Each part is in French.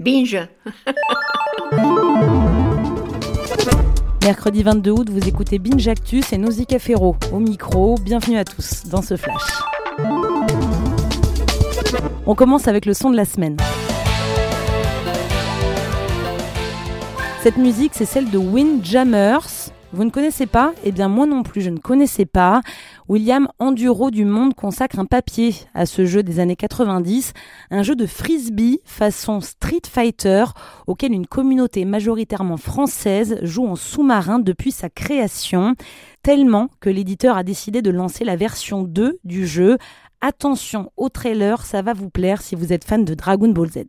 Binge. Mercredi 22 août, vous écoutez Binge Actu, c'est Nausicaa Ferro au micro. Bienvenue à tous dans ce flash. On commence avec le son de la semaine. Cette musique, c'est celle de Windjammers. Vous ne connaissez pas ? Eh bien moi non plus, je ne connaissais pas. William Enduro du Monde consacre un papier à ce jeu des années 90, un jeu de frisbee façon Street Fighter auquel une communauté majoritairement française joue en sous-marin depuis sa création, tellement que l'éditeur a décidé de lancer la version 2 du jeu. Attention au trailer, ça va vous plaire si vous êtes fan de Dragon Ball Z.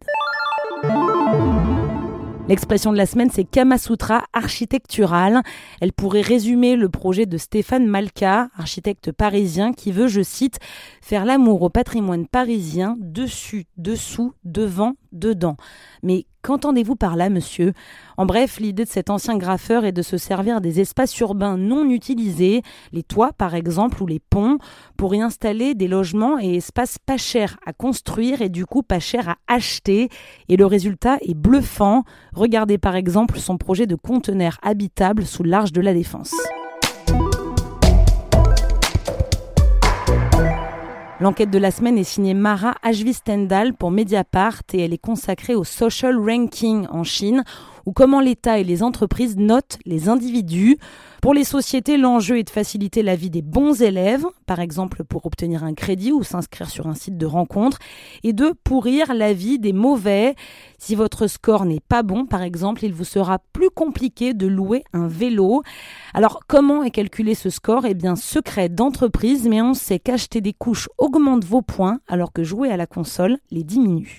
L'expression de la semaine, c'est Kamasutra architectural. Elle pourrait résumer le projet de Stéphane Malka, architecte parisien, qui veut, je cite, « faire l'amour au patrimoine parisien, dessus, dessous, devant, dedans ». Mais qu'entendez-vous par là, monsieur ? En bref, l'idée de cet ancien graffeur est de se servir des espaces urbains non utilisés, les toits par exemple ou les ponts, pour y installer des logements et espaces pas chers à construire et du coup pas chers à acheter. Et le résultat est bluffant. Regardez par exemple son projet de conteneur habitable sous l'Arche de la Défense. L'enquête de la semaine est signée Mara Ajvistendal pour Mediapart et elle est consacrée au social ranking en Chine, ou comment l'État et les entreprises notent les individus. Pour les sociétés, l'enjeu est de faciliter la vie des bons élèves, par exemple pour obtenir un crédit ou s'inscrire sur un site de rencontre, et de pourrir la vie des mauvais. Si votre score n'est pas bon, par exemple, il vous sera plus compliqué de louer un vélo. Alors, comment est calculé ce score ? Eh bien, secret d'entreprise, mais on sait qu'acheter des couches augmente vos points, alors que jouer à la console les diminue.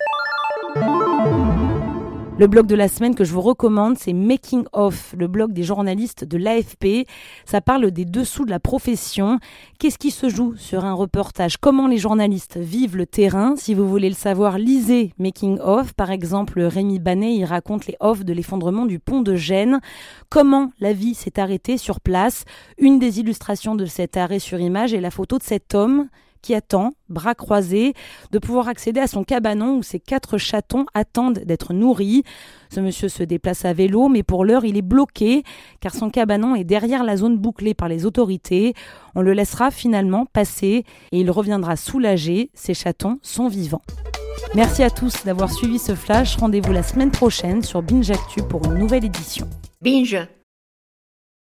Le blog de la semaine que je vous recommande, c'est Making Of, le blog des journalistes de l'AFP. Ça parle des dessous de la profession. Qu'est-ce qui se joue sur un reportage ? Comment les journalistes vivent le terrain ? Si vous voulez le savoir, lisez Making Of. Par exemple, Rémi Banet, il raconte les offs de l'effondrement du pont de Gênes. Comment la vie s'est arrêtée sur place. Une des illustrations de cet arrêt sur image est la photo de cet homme qui attend, bras croisés, de pouvoir accéder à son cabanon où ses 4 chatons attendent d'être nourris. Ce monsieur se déplace à vélo, mais pour l'heure, il est bloqué car son cabanon est derrière la zone bouclée par les autorités. On le laissera finalement passer et il reviendra soulagé. Ses chatons sont vivants. Merci à tous d'avoir suivi ce flash. Rendez-vous la semaine prochaine sur Binge Actu pour une nouvelle édition. Binge.